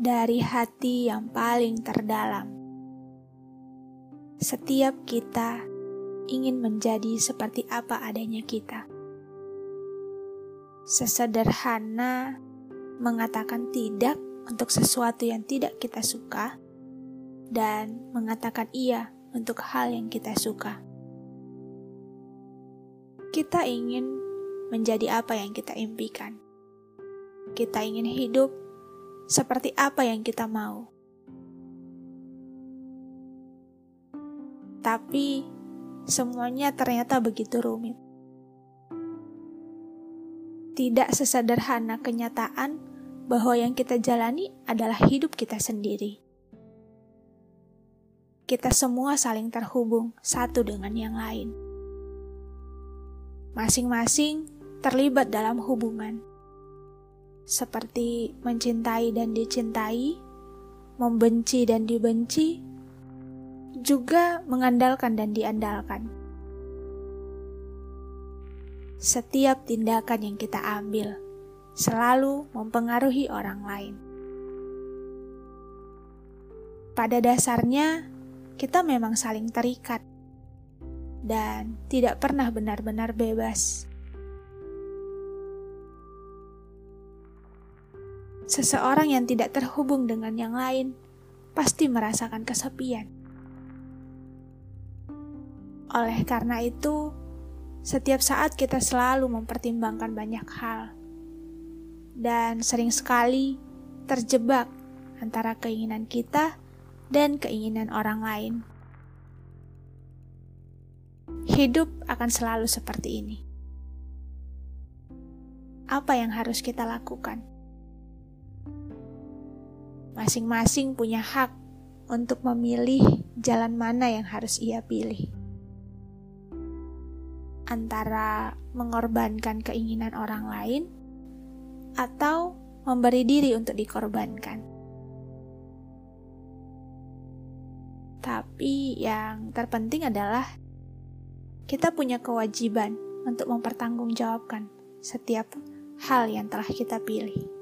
dari hati yang paling terdalam. Setiap kita ingin menjadi seperti apa adanya kita. Sesederhana mengatakan tidak untuk sesuatu yang tidak kita suka dan mengatakan iya untuk hal yang kita suka. Kita ingin menjadi apa yang kita impikan. Kita ingin hidup seperti apa yang kita mau. Tapi semuanya ternyata begitu rumit. Tidak sesederhana kenyataan bahwa yang kita jalani adalah hidup kita sendiri. Kita semua saling terhubung satu dengan yang lain. Masing-masing terlibat dalam hubungan. Seperti mencintai dan dicintai, membenci dan dibenci, juga mengandalkan dan diandalkan. Setiap tindakan yang kita ambil selalu mempengaruhi orang lain. Pada dasarnya, kita memang saling terikat dan tidak pernah benar-benar bebas. Seseorang yang tidak terhubung dengan yang lain pasti merasakan kesepian. Oleh karena itu, setiap saat kita selalu mempertimbangkan banyak hal dan sering sekali terjebak antara keinginan kita dan keinginan orang lain. Hidup akan selalu seperti ini. Apa yang harus kita lakukan? Masing-masing punya hak untuk memilih jalan mana yang harus ia pilih. Antara mengorbankan keinginan orang lain atau memberi diri untuk dikorbankan. Tapi yang terpenting adalah kita punya kewajiban untuk mempertanggungjawabkan setiap hal yang telah kita pilih.